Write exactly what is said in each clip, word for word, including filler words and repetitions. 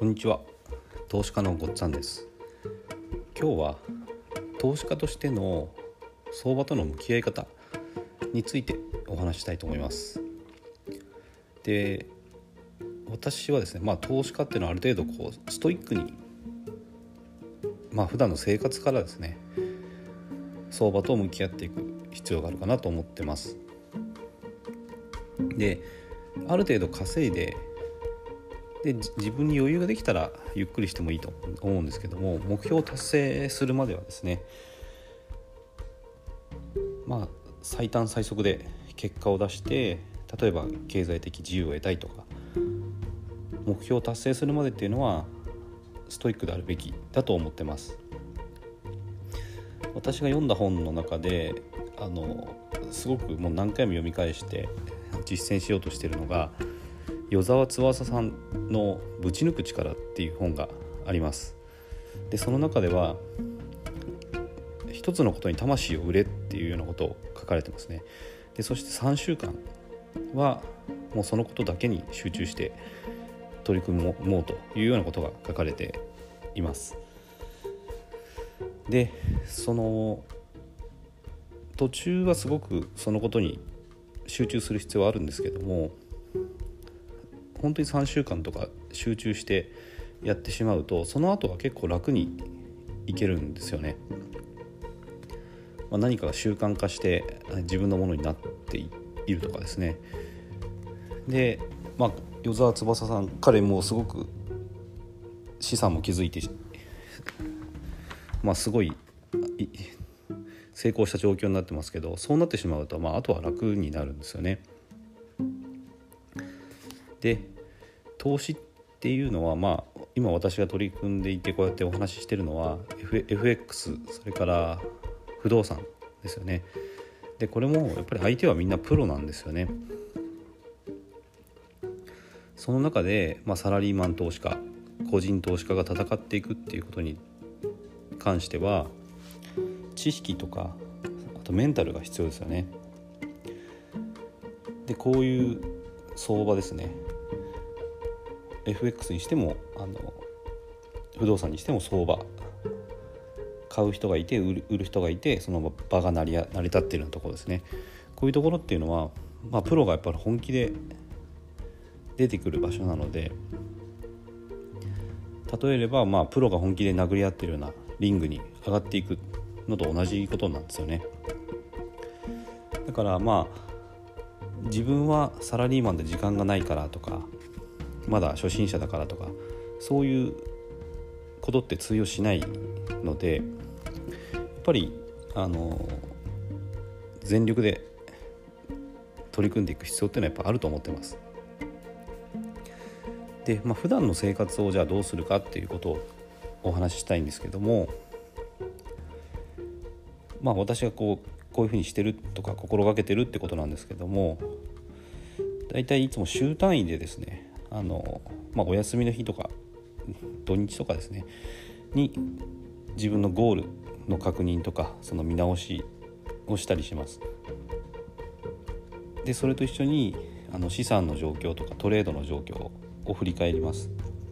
こんにちは。投資家のごっつぁんです。今日は投資家としての相場との向き合い方についてお話ししたいと思います。で、私はですね、まあ、投資家っていうのはある程度こうストイックに、まあ、普段の生活からですね相場と向き合っていく必要があるかなと思ってます。で、ある程度稼いでで自分に余裕ができたらゆっくりしてもいいと思うんですけども、目標を達成するまではですね、まあ最短最速で結果を出して、例えば経済的自由を得たいとか、目標を達成するまでっていうのはストイックであるべきだと思ってます。私が読んだ本の中であのすごくもう何回も読み返して実践しようとしているのが、与沢翼さんのぶち抜く力っていう本があります。で、その中では一つのことに魂を売れっていうようなことを書かれてますね。で、そしてさんしゅうかんはもうそのことだけに集中して取り組もうというようなことが書かれています。で、その途中はすごくそのことに集中する必要はあるんですけども、本当にさんしゅうかんとか集中してやってしまうと、その後は結構楽にいけるんですよね。まあ、何かが習慣化して自分のものになっているとかですね。で、まあ、与沢翼さん、彼もすごく資産も築いて、まあ、すごい成功した状況になってますけど、そうなってしまうと、まあ、あとは楽になるんですよね。で、投資っていうのは、まあ、今私が取り組んでいてこうやってお話ししてるのは F- エフエックス、それから不動産ですよね。で、これもやっぱり相手はみんなプロなんですよね。その中で、まあ、サラリーマン投資家、個人投資家が戦っていくっていうことに関しては、知識とかあとメンタルが必要ですよね。で、こういう相場ですね、 エフエックス にしてもあの不動産にしても相場、買う人がいて売る、売る人がいて、その場が成り、成り立っているようなところですね。こういうところっていうのは、まあ、プロがやっぱり本気で出てくる場所なので、例えれば、まあ、プロが本気で殴り合っているようなリングに上がっていくのと同じことなんですよね。だからまあ自分はサラリーマンで時間がないからとか、まだ初心者だからとか、そういうことって通用しないので、やっぱりあの全力で取り組んでいく必要っていうのはやっぱあると思ってます。で、まあ、普段の生活をじゃあどうするかっていうことをお話ししたいんですけども、まあ、私がこうこういうふうにしてるとか心がけてるってことなんですけども、だいたいいつも週単位でですね、あの、まあ、お休みの日とか土日とかですねに自分のゴールの確認とか、その見直しをしたりします。で、それと一緒にあの資産の状況とかトレードの状況を振り返ります。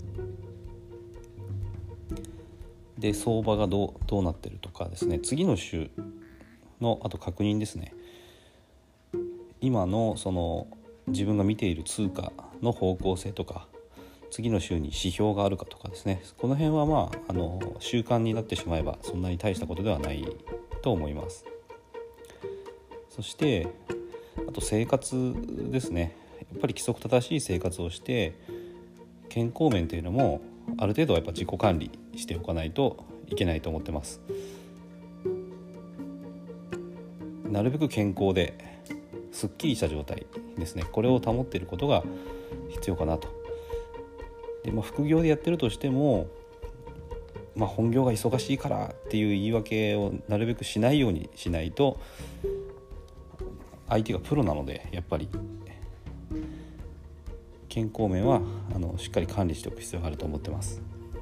で、相場がどう、どうなってるとかですね、次の週のあと確認ですね。今のその自分が見ている通貨の方向性とか、次の週に指標があるかとかですね、この辺はまあ、あの習慣になってしまえばそんなに大したことではないと思います。そしてあと生活ですね。やっぱり規則正しい生活をして健康面というのもある程度はやっぱ自己管理しておかないといけないと思ってます。なるべく健康ですっきりした状態ですね、これを保っていることが必要かなと。で、まあ、副業でやってるとしても、まあ、本業が忙しいからっていう言い訳をなるべくしないようにしないと、相手がプロなのでやっぱり健康面はあのしっかり管理しておく必要があると思ってます。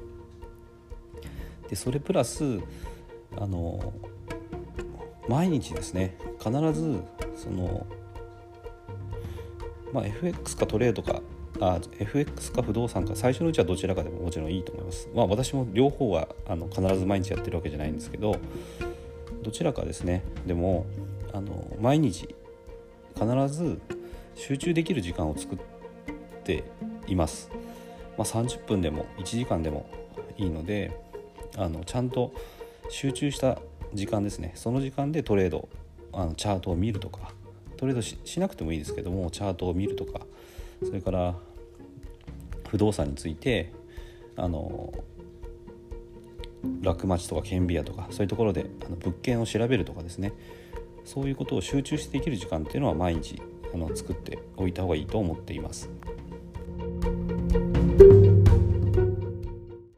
で、それプラスあの毎日ですね、必ずその、まあ、エフエックス かトレードかあ エフエックス か不動産か、最初のうちはどちらかでももちろんいいと思います。まあ私も両方はあの必ず毎日やってるわけじゃないんですけど、どちらかですね。でもあの毎日必ず集中できる時間を作っています。まあ、さんじゅっぷんでもいちじかんでもいいので、あのちゃんと集中した時間ですね。その時間でトレード、あのチャートを見るとか、トレード し, しなくてもいいですけどもチャートを見るとか、それから不動産についてあのラクマチとかケンビアとかそういうところであの物件を調べるとかですね、そういうことを集中してできる時間っていうのは毎日あの作っておいた方がいいと思っています。